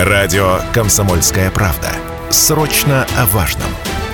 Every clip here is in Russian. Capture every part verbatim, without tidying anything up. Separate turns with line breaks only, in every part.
Радио «Комсомольская правда». Срочно о важном.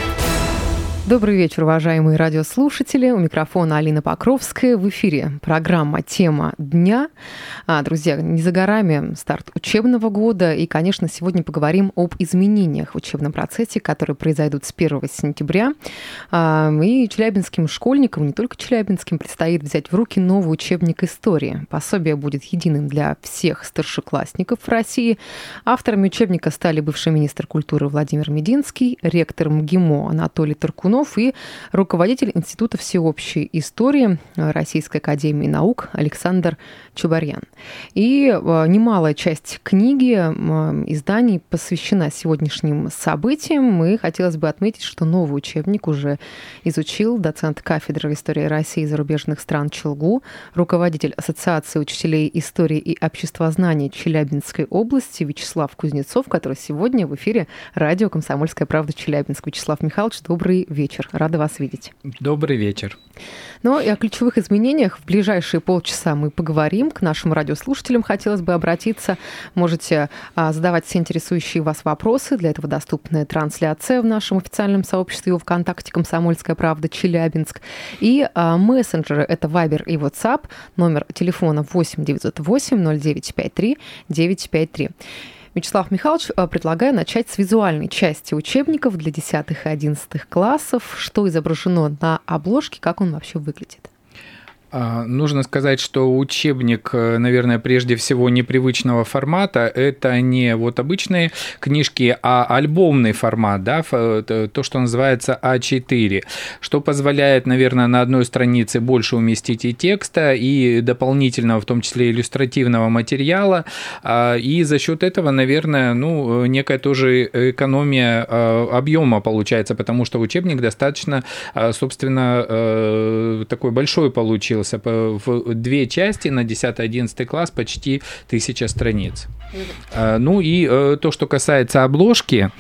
Добрый вечер, уважаемые радиослушатели. У микрофона Алина Покровская. В эфире программа «Тема дня». А, друзья, не за горами старт учебного года. И, конечно, сегодня поговорим об изменениях в учебном процессе, которые произойдут с первого сентября. А, и челябинским школьникам, не только челябинским, предстоит взять в руки новый учебник истории. Пособие будет единым для всех старшеклассников России. Авторами учебника стали бывший министр культуры Владимир Мединский, ректор МГИМО Анатолий Таркунов и руководитель Института всеобщей истории Российской академии наук Александр Чубарьян. И немалая часть книги, изданий посвящена сегодняшним событиям. И хотелось бы отметить, что новый учебник уже изучил доцент кафедры истории России и зарубежных стран ЧелГУ, руководитель Ассоциации учителей истории и обществознания Челябинской области Вячеслав Кузнецов, который сегодня в эфире радио «Комсомольская правда» Челябинск. Вячеслав Михайлович, добрый вечер. Рада вас видеть.
Добрый вечер.
Ну и о ключевых изменениях в ближайшие полчаса мы поговорим. К нашим радиослушателям хотелось бы обратиться. Можете а, задавать все интересующие вас вопросы. Для этого доступна трансляция в нашем официальном сообществе ВКонтакте «Комсомольская правда» Челябинск. И а, мессенджеры — это Viber и WhatsApp. Номер телефона восемь девятьсот восемь ноль девять пять три девять пять три. Вячеслав Михайлович, предлагаю начать с визуальной части учебников для десятых и одиннадцатых классов. Что изображено на обложке, как он вообще выглядит?
Нужно сказать, что учебник, наверное, прежде всего непривычного формата. Это не вот обычные книжки, а альбомный формат, да, то, что называется а четыре, что позволяет, наверное, на одной странице больше уместить и текста, и дополнительного, в том числе иллюстративного материала. И за счет этого, наверное, ну, некая тоже экономия объема получается, потому что учебник достаточно, собственно, такой большой получился. В две части на десятый-одиннадцатый класс почти тысяча страниц. Ну и то, что касается обложки,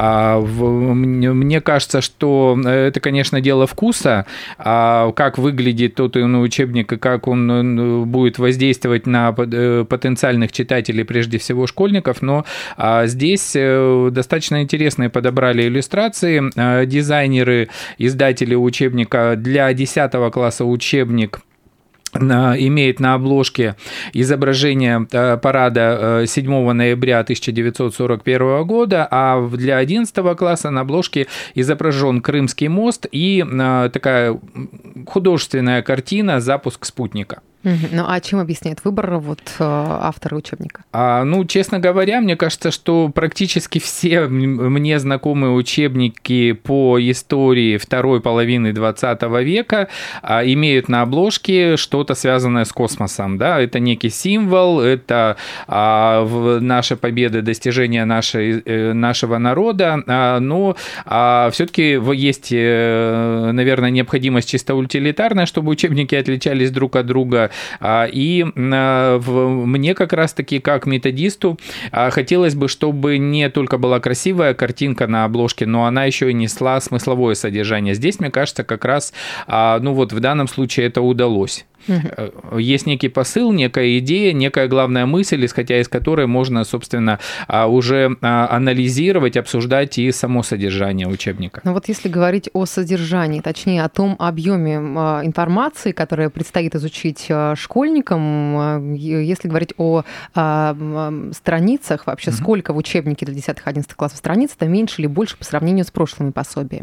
мне кажется, что это, конечно, дело вкуса, как выглядит тот учебник и как он будет воздействовать на потенциальных читателей, прежде всего школьников, но здесь достаточно интересные подобрали иллюстрации. Дизайнеры, издатели учебника для десятого класса учебник имеет на обложке изображение парада седьмого ноября тысяча девятьсот сорок первого года, а для одиннадцатого класса на обложке изображен Крымский мост и такая художественная картина «Запуск спутника».
Ну, а чем объясняет выбор вот, автора учебника?
А, ну, честно говоря, мне кажется, что практически все мне знакомые учебники по истории второй половины двадцатого века а, имеют на обложке что-то связанное с космосом. Да? Это некий символ, это а, в наши победы, достижения нашей, нашего народа, а, но а, все-таки есть, наверное, необходимость чисто утилитарная, чтобы учебники отличались друг от друга. И мне как раз-таки, как методисту, хотелось бы, чтобы не только была красивая картинка на обложке, но она еще и несла смысловое содержание. Здесь, мне кажется, как раз, ну вот в данном случае это удалось. Угу. Есть некий посыл, некая идея, некая главная мысль, исходя из которой можно, собственно, уже анализировать, обсуждать и само содержание учебника.
Ну вот если говорить о содержании, точнее о том объеме информации, которая предстоит изучить школьникам, если говорить о страницах вообще, угу. Сколько в учебнике для десятых-одиннадцатых классов страниц, это меньше или больше по сравнению с прошлыми пособиями?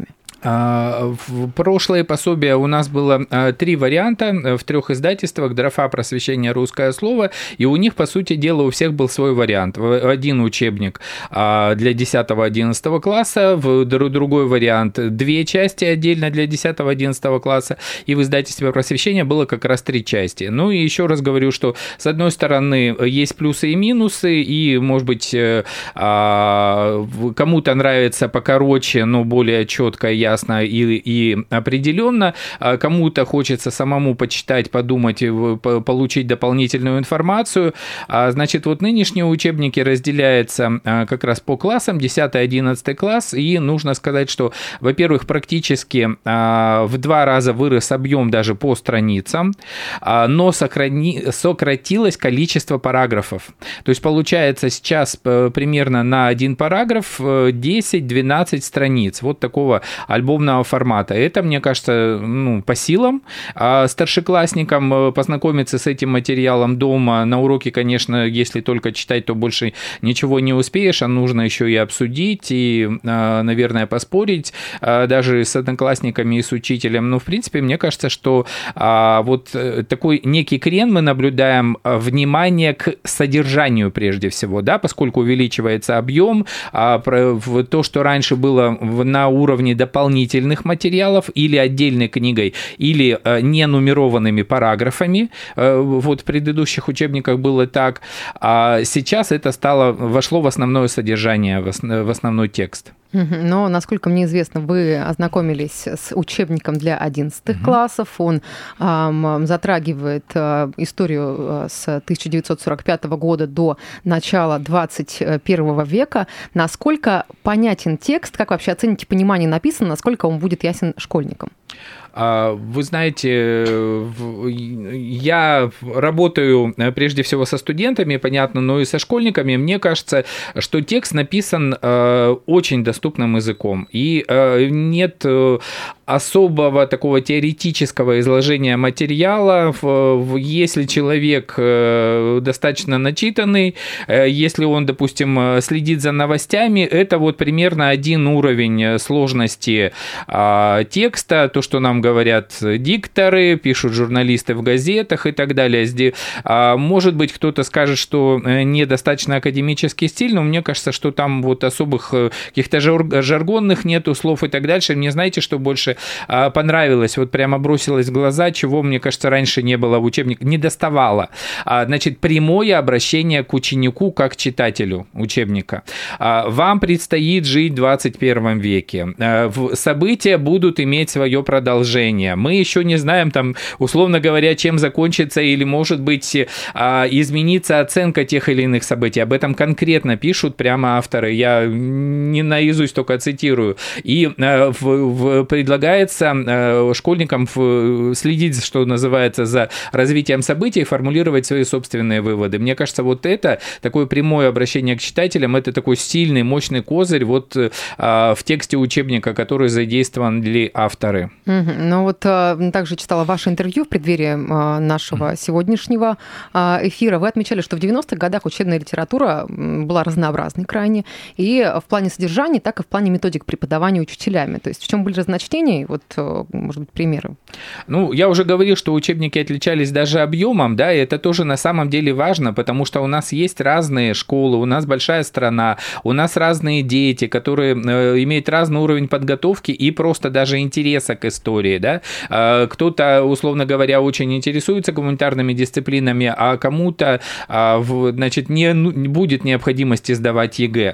В прошлое пособие у нас было три варианта в трех издательствах: «Дрофа. Просвещение. Русское слово». И у них, по сути дела, у всех был свой вариант. Один учебник для десятого-одиннадцатого класса, в другой вариант две части отдельно для десятого-одиннадцатого класса. И в издательстве «Просвещение» было как раз три части. Ну и еще раз говорю, что с одной стороны есть плюсы и минусы, и, может быть, кому-то нравится покороче, но более четко, ясно и, и определенно. Кому-то хочется самому почитать, подумать, получить дополнительную информацию. Значит, вот нынешние учебники разделяются как раз по классам, десятый-одиннадцатый класс, и нужно сказать, что, во-первых, практически в два раза вырос объем даже по страницам, но сократилось количество параграфов. То есть получается сейчас примерно на один параграф десять-двенадцать страниц вот такого альбомного формата. Это, мне кажется, ну, по силам. А старшеклассникам познакомиться с этим материалом дома на уроке, конечно, если только читать, то больше ничего не успеешь, а нужно еще и обсудить, и, наверное, поспорить даже с одноклассниками и с учителем. Но, в принципе, мне кажется, что вот такой некий крен мы наблюдаем, внимание к содержанию прежде всего, да, поскольку увеличивается объем, то, что раньше было на уровне дополнительных материалов или отдельной книгой, или ненумерованными параграфами, вот в предыдущих учебниках было так, а сейчас это стало, вошло в основное содержание, в основной текст.
Но, насколько мне известно, вы ознакомились с учебником для одиннадцатых uh-huh. классов. Он э, затрагивает э, историю с тысяча девятьсот сорок пятого года до начала двадцать первого века. Насколько понятен текст, как вообще оцените понимание написано, насколько он будет ясен школьникам?
Вы знаете, я работаю прежде всего со студентами, понятно, но и со школьниками. Мне кажется, что текст написан очень доступным языком, и нет особого такого теоретического изложения материала. Если человек достаточно начитанный, если он, допустим, следит за новостями, это вот примерно один уровень сложности текста, то, что нам говорят дикторы, пишут журналисты в газетах и так далее. Может быть, кто-то скажет, что недостаточно академический стиль, но мне кажется, что там вот особых каких-то жаргонных нету слов и так дальше. Мне, знаете, что больше понравилось, вот прямо бросилось в глаза, чего, мне кажется, раньше не было в учебнике, не доставало. Значит, прямое обращение к ученику как читателю учебника. Вам предстоит жить в двадцать первом веке. События будут иметь свое продолжение. Мы еще не знаем, там, условно говоря, чем закончится или, может быть, изменится оценка тех или иных событий. Об этом конкретно пишут прямо авторы. Я не наизусть только цитирую. И в, в, предлагается школьникам следить, что называется, за развитием событий и формулировать свои собственные выводы. Мне кажется, вот это, такое прямое обращение к читателям, это такой сильный, мощный козырь вот в тексте учебника, который задействовали авторы.
Угу. Ну вот также читала ваше интервью в преддверии нашего сегодняшнего эфира. Вы отмечали, что в девяностых годах учебная литература была разнообразной крайне, и в плане содержания, так и в плане методик преподавания учителями. То есть в чем были разночтения? Вот, может быть, примеры.
Ну, я уже говорил, что учебники отличались даже объемом, да, и это тоже на самом деле важно, потому что у нас есть разные школы, у нас большая страна, у нас разные дети, которые имеют разный уровень подготовки и просто даже интереса к истории, да. Кто-то, условно говоря, очень интересуется гуманитарными дисциплинами, а кому-то, значит, не будет необходимости сдавать ЕГЭ.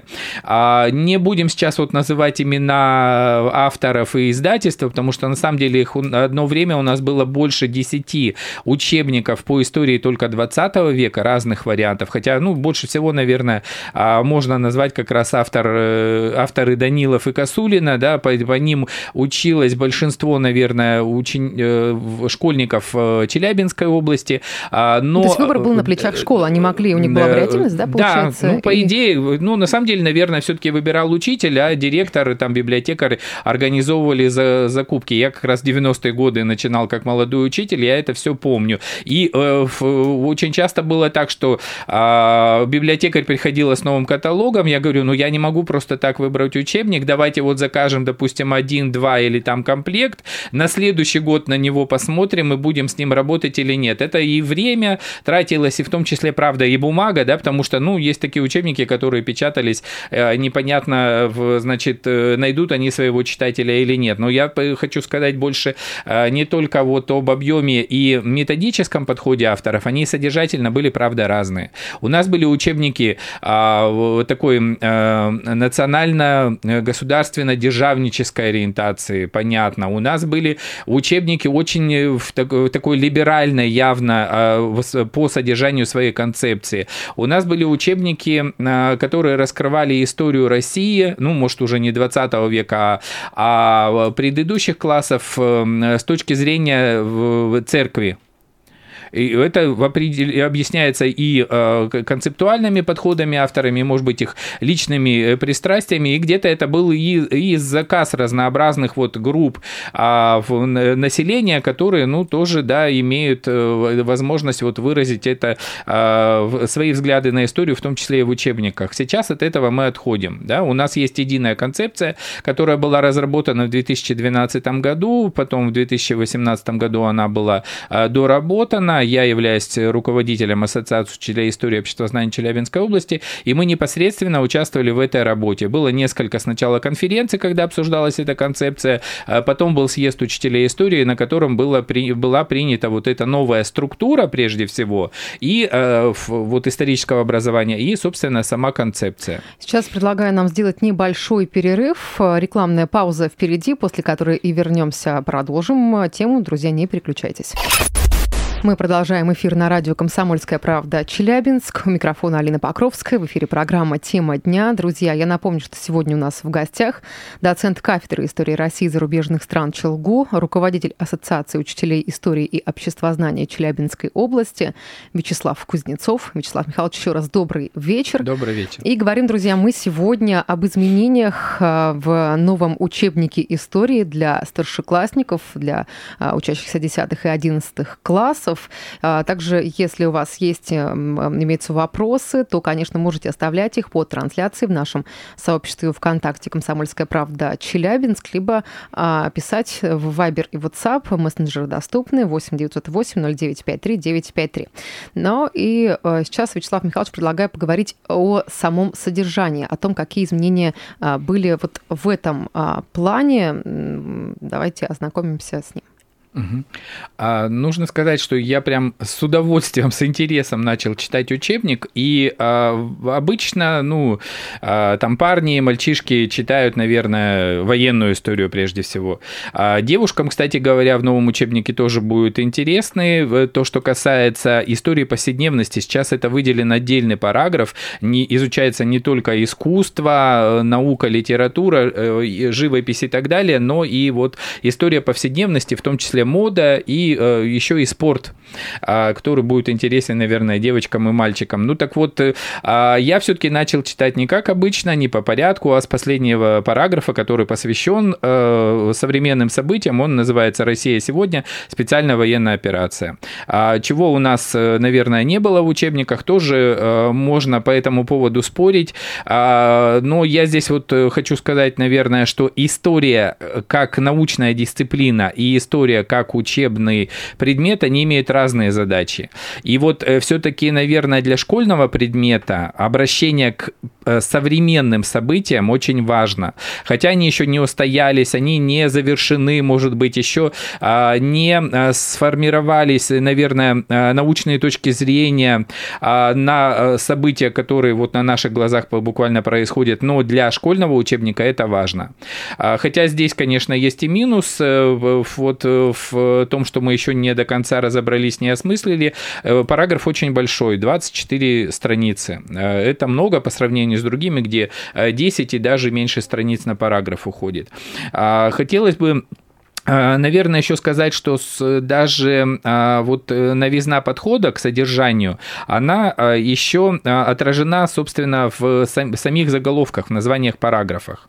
Не будем сейчас вот называть имена авторов и издательства, потому что на самом деле их одно время у нас было больше десяти учебников по истории только двадцатого века, разных вариантов, хотя, ну, больше всего, наверное, можно назвать как раз автор, авторы Данилов и Косулина, да, по, по ним училось большинство, наверное, учен... школьников Челябинской области. Но...
То есть выбор был на плечах школы, они могли, у них была вариативность, да, получается?
Да, ну, по
и...
идее, ну, на самом деле, наверное, все-таки выбирал учитель, а директор, там, библиотекарь организовывали за закупки. Я как раз в девяностые годы начинал как молодой учитель, я это все помню. И э, очень часто было так, что э, библиотекарь приходила с новым каталогом, я говорю, ну, я не могу просто так выбрать учебник, давайте вот закажем, допустим, один, два или там комплект, На следующий год на него посмотрим и будем с ним работать или нет. Это и время тратилось, и в том числе, правда, и бумага, да, потому что, ну, есть такие учебники, которые печатались, непонятно, значит, найдут они своего читателя или нет. Но я хочу сказать больше не только вот об объеме и методическом подходе авторов, они содержательно были, правда, разные. У нас были учебники такой национально-государственно-державнической ориентации, понятно. У нас были учебники очень в такой либеральной, явно по содержанию своей концепции. У нас были учебники, которые раскрывали историю России, ну, может, уже не двадцатого века, а предыдущих классов с точки зрения церкви. И это объясняется и концептуальными подходами авторами, может быть, их личными пристрастиями, и где-то это был и, и заказ разнообразных вот групп населения, которые, ну, тоже, да, имеют возможность вот выразить это, свои взгляды на историю, в том числе и в учебниках. Сейчас от этого мы отходим, да, у нас есть единая концепция, которая была разработана в две тысячи двенадцатом году, потом в две тысячи восемнадцатом году она была доработана. Я являюсь руководителем Ассоциации учителей истории и обществознания Челябинской области, и мы непосредственно участвовали в этой работе. Было несколько сначала конференций, когда обсуждалась эта концепция, потом был съезд учителей истории, на котором было, была принята вот эта новая структура, прежде всего, и вот исторического образования, и, собственно, сама концепция.
Сейчас предлагаю нам сделать небольшой перерыв, рекламная пауза впереди, после которой и вернемся, продолжим тему. Друзья, не переключайтесь. Мы продолжаем эфир на радио «Комсомольская правда» Челябинск. У микрофона Алина Покровская. В эфире программа «Тема дня». Друзья, я напомню, что сегодня у нас в гостях доцент кафедры истории России и зарубежных стран ЧелГУ, руководитель Ассоциации учителей истории и обществознания Челябинской области Вячеслав Кузнецов. Вячеслав Михайлович, еще раз добрый вечер.
Добрый вечер.
И говорим, друзья, мы сегодня об изменениях в новом учебнике истории для старшеклассников, для учащихся десятых и одиннадцатых классов. Также, если у вас есть, имеются вопросы, то, конечно, можете оставлять их по трансляции в нашем сообществе ВКонтакте «Комсомольская правда» Челябинск, либо писать в Viber и WhatsApp, мессенджеры доступны, восемь девятьсот восемь ноль девять пять три девять пять три. Ну и сейчас, Вячеслав Михайлович, предлагаю поговорить о самом содержании, о том, какие изменения были вот в этом плане. Давайте ознакомимся с ним.
Угу. А, нужно сказать, что я прям с удовольствием, с интересом начал читать учебник, и а, обычно, ну, а, там парни, мальчишки читают, наверное, военную историю прежде всего. А девушкам, кстати говоря, в новом учебнике тоже будет интересно. То, что касается истории повседневности, сейчас это выделен отдельный параграф, не, изучается не только искусство, наука, литература, живопись и так далее, но и вот история повседневности, в том числе мода и э, еще и спорт, э, который будет интересен, наверное, девочкам и мальчикам. Ну так вот, э, я все-таки начал читать не как обычно, не по порядку, а с последнего параграфа, который посвящен э, современным событиям. Он называется «Россия сегодня. Специальная военная операция». А, чего у нас, наверное, не было в учебниках, тоже э, можно по этому поводу спорить. А, но я здесь вот хочу сказать, наверное, что история как научная дисциплина и история как учебный предмет, они имеют разные задачи. И вот все-таки, наверное, для школьного предмета обращение к современным событиям очень важно. Хотя они еще не устоялись, они не завершены, может быть, еще не сформировались, наверное, научные точки зрения на события, которые вот на наших глазах буквально происходят, но для школьного учебника это важно. Хотя здесь, конечно, есть и минус, вот в том, что мы еще не до конца разобрались, не осмыслили. Параграф очень большой, двадцать четыре страницы. Это много по сравнению с другими, где десять и даже меньше страниц на параграф уходит. Хотелось бы наверное, еще сказать, что даже вот новизна подхода к содержанию, она еще отражена, собственно, в самих заголовках, в названиях параграфах.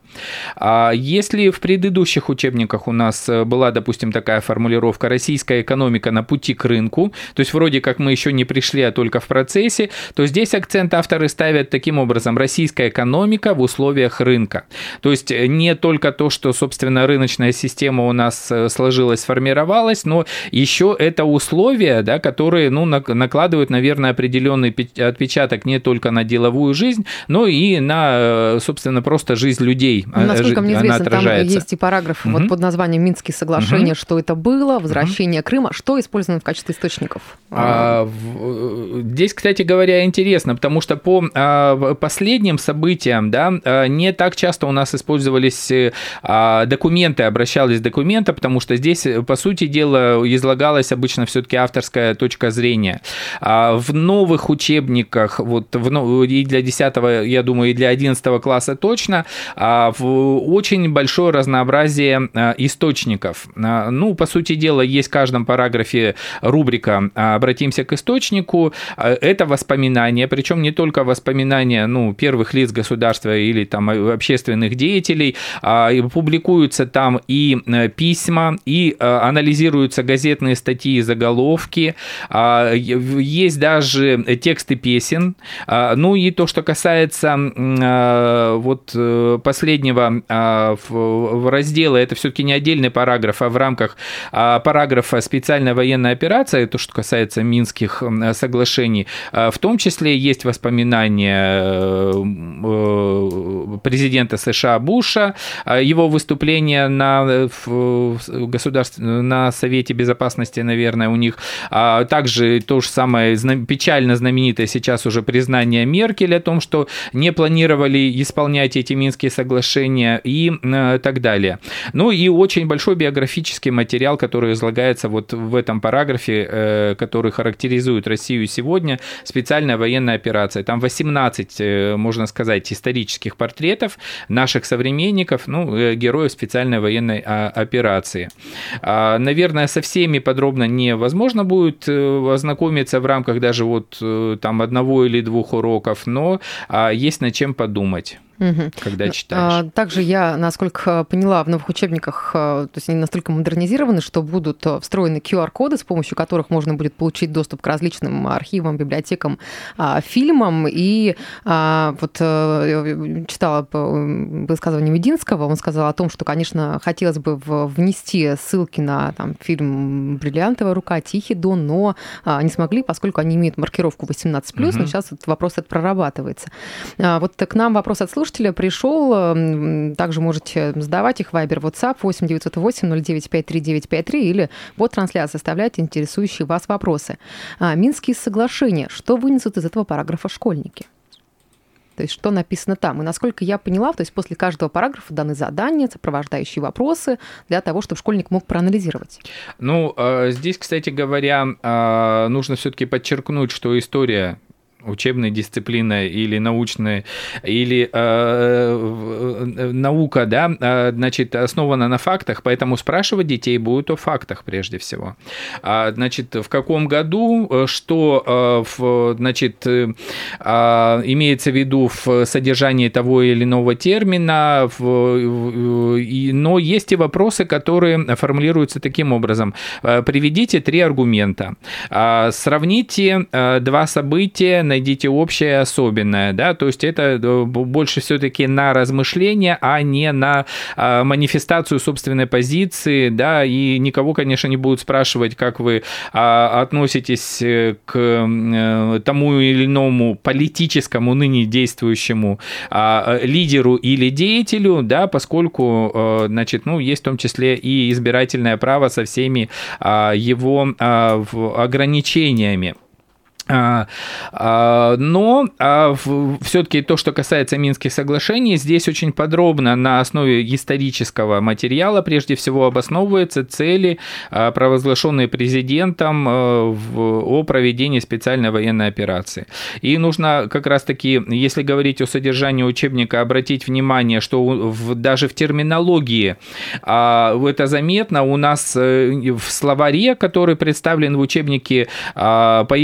Если в предыдущих учебниках у нас была, допустим, такая формулировка «российская экономика на пути к рынку», то есть вроде как мы еще не пришли, а только в процессе, то здесь акцент авторы ставят таким образом: российская экономика в условиях рынка. То есть не только то, что, собственно, рыночная система у нас нас сложилось, сформировалось, но еще это условия, да, которые, ну, накладывают, наверное, определенный отпечаток не только на деловую жизнь, но и на, собственно, просто жизнь людей.
Насколько мне известно, там есть и параграф угу. вот под названием «Минские соглашения», угу. что это было, возвращение угу. Крыма, что использовано в качестве источников?
А, в, здесь, кстати говоря, интересно, потому что по а, последним событиям, да, не так часто у нас использовались а, документы, обращались документы, потому что здесь, по сути дела, излагалась обычно все-таки авторская точка зрения. А, в новых учебниках, вот в, и для десятого, я думаю, и для одиннадцатого класса точно, а, в, очень большое разнообразие а, источников. А, ну, по сути дела, есть в каждом параграфе рубрика «Обратимся к источнику». Это воспоминания, причем не только воспоминания, ну, первых лиц государства или там общественных деятелей, а, и публикуются там и письма, и а, анализируются газетные статьи и заголовки, а, есть даже тексты песен. А, ну и то, что касается а, вот последнего а, в, в раздела, это все-таки не отдельный параграф, а в рамках а, параграфа «Специальная военная операция», то, что касается Минских соглашений, а, в том числе есть воспоминания президента США Буша, его выступление на, в государств... на Совете Безопасности, наверное, у них. Также то же самое печально знаменитое сейчас уже признание Меркель о том, что не планировали исполнять эти Минские соглашения и так далее. Ну и очень большой биографический материал, который излагается вот в этом параграфе, который характеризует Россию сегодня, специальная военная операция. Там восемнадцать, можно сказать, исторических портретов наших современников, ну, героев специальной военной операции. Наверное, со всеми подробно невозможно будет ознакомиться в рамках даже вот там одного или двух уроков, но есть над чем подумать. Угу. Когда читаешь.
Также я, насколько поняла, в новых учебниках, то есть они настолько модернизированы, что будут встроены ку ар-коды, с помощью которых можно будет получить доступ к различным архивам, библиотекам, фильмам. И вот читала высказывание Мединского, он сказал о том, что, конечно, хотелось бы внести ссылки на там, фильм «Бриллиантовая рука», «Тихий дон», но не смогли, поскольку они имеют маркировку восемнадцать плюс, угу. но сейчас этот вопрос это прорабатывается. Вот к нам вопрос от слушателей пришел, также можете задавать их в Viber, WhatsApp восемь девятьсот восемь ноль девять пять три девять пять три или бот трансляции оставляйте интересующие вас вопросы. Минские соглашения. Что вынесут из этого параграфа школьники? То есть что написано там. И насколько я поняла, то есть после каждого параграфа даны задания, сопровождающие вопросы для того, чтобы школьник мог проанализировать.
Ну, здесь, кстати говоря, нужно все-таки подчеркнуть, что история учебная дисциплина или научная, или э, наука, да, значит, основана на фактах, поэтому спрашивать детей будут о фактах прежде всего. Значит, в каком году, что, значит, имеется в виду в содержании того или иного термина, но есть и вопросы, которые формулируются таким образом. Приведите три аргумента, сравните два события, найдите общее и особенное, да, то есть это больше все-таки на размышления, а не на манифестацию собственной позиции, да, и никого, конечно, не будут спрашивать, как вы относитесь к тому или иному политическому ныне действующему лидеру или деятелю, да, поскольку, значит, ну, есть в том числе и избирательное право со всеми его ограничениями. Но все-таки то, что касается Минских соглашений, здесь очень подробно на основе исторического материала прежде всего обосновываются цели, провозглашенные президентом о проведении специальной военной операции. И нужно как раз-таки, если говорить о содержании учебника, обратить внимание, что даже в терминологии это заметно. У нас в словаре, который представлен в учебнике, появились новые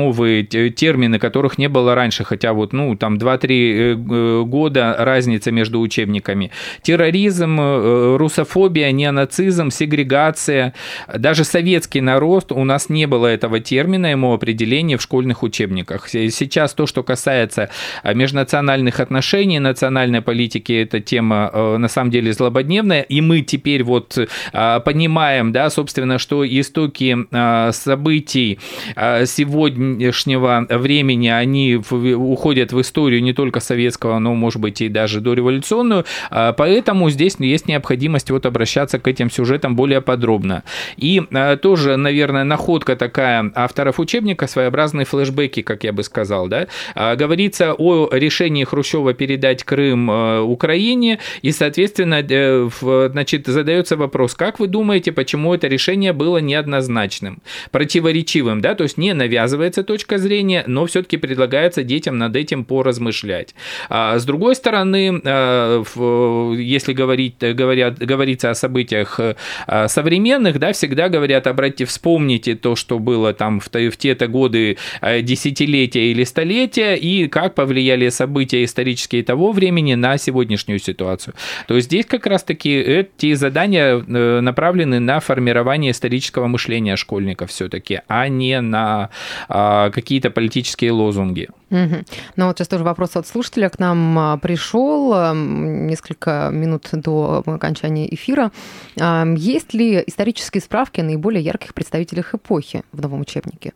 новые термины, которых не было раньше, хотя вот, ну, там два-три года разница между учебниками. Терроризм, русофобия, неонацизм, сегрегация. Даже советский народ, у нас не было этого термина, ему определения в школьных учебниках. Сейчас то, что касается межнациональных отношений, национальной политики, эта тема на самом деле злободневная, и мы теперь вот понимаем, да, собственно, что истоки событий сегодняшнего времени, они уходят в историю не только советского, но, может быть, и даже дореволюционную, поэтому здесь есть необходимость вот обращаться к этим сюжетам более подробно. И тоже, наверное, находка такая авторов учебника, своеобразные флешбеки, как я бы сказал, да, говорится о решении Хрущева передать Крым Украине, и, соответственно, значит, задается вопрос, как вы думаете, почему это решение было неоднозначным, противоречивым, да, то есть не навязывается точка зрения, но все-таки предлагается детям над этим поразмышлять. А с другой стороны, если говорить, говорят, говорится о событиях современных, да, всегда говорят, обратите, вспомните то, что было там в, в те-то годы, десятилетия или столетия, и как повлияли события исторические того времени на сегодняшнюю ситуацию. То есть здесь как раз-таки эти задания направлены на формирование исторического мышления школьников все-таки, а не на а, какие-то политические лозунги.
Угу. Ну вот сейчас тоже вопрос от слушателя к нам пришел несколько минут до окончания эфира. Есть ли исторические справки о наиболее ярких представителях эпохи в новом учебнике?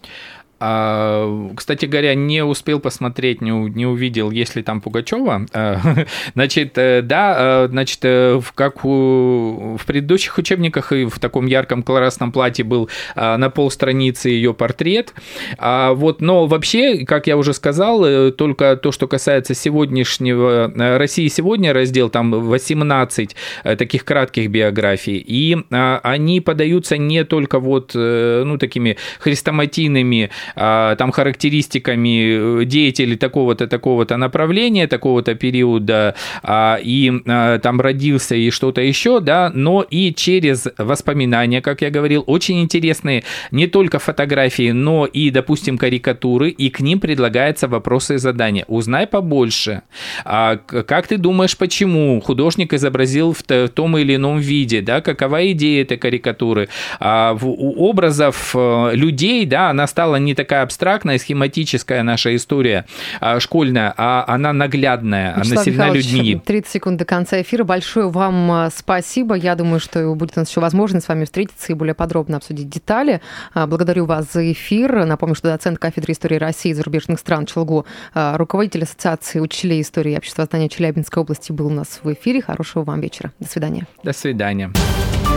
Кстати говоря, не успел посмотреть, не, не увидел, есть ли там Пугачева. Значит, да, значит, как у, в предыдущих учебниках и в таком ярком красном платье был на полстраницы ее портрет. Вот, но вообще, как я уже сказал, только то, что касается сегодняшнего России сегодня, раздел там восемнадцать таких кратких биографий, и они подаются не только вот, ну, такими хрестоматийными там характеристиками деятелей такого-то, такого-то направления, такого-то периода, и там родился и что-то еще, да, но и через воспоминания, как я говорил, очень интересные не только фотографии, но и, допустим, карикатуры, и к ним предлагаются вопросы и задания. Узнай побольше. Как ты думаешь, почему художник изобразил в том или ином виде, да, какова идея этой карикатуры? У образов людей, да, она стала не такая абстрактная, схематическая наша история школьная, а она наглядная, она населена людьми.
тридцать секунд до конца эфира. Большое вам спасибо. Я думаю, что будет у нас еще возможность с вами встретиться и более подробно обсудить детали. Благодарю вас за эфир. Напомню, что доцент кафедры истории России и зарубежных стран ЧелГУ, руководитель Ассоциации учителей истории и обществознания Челябинской области был у нас в эфире. Хорошего вам вечера. До свидания.
До свидания.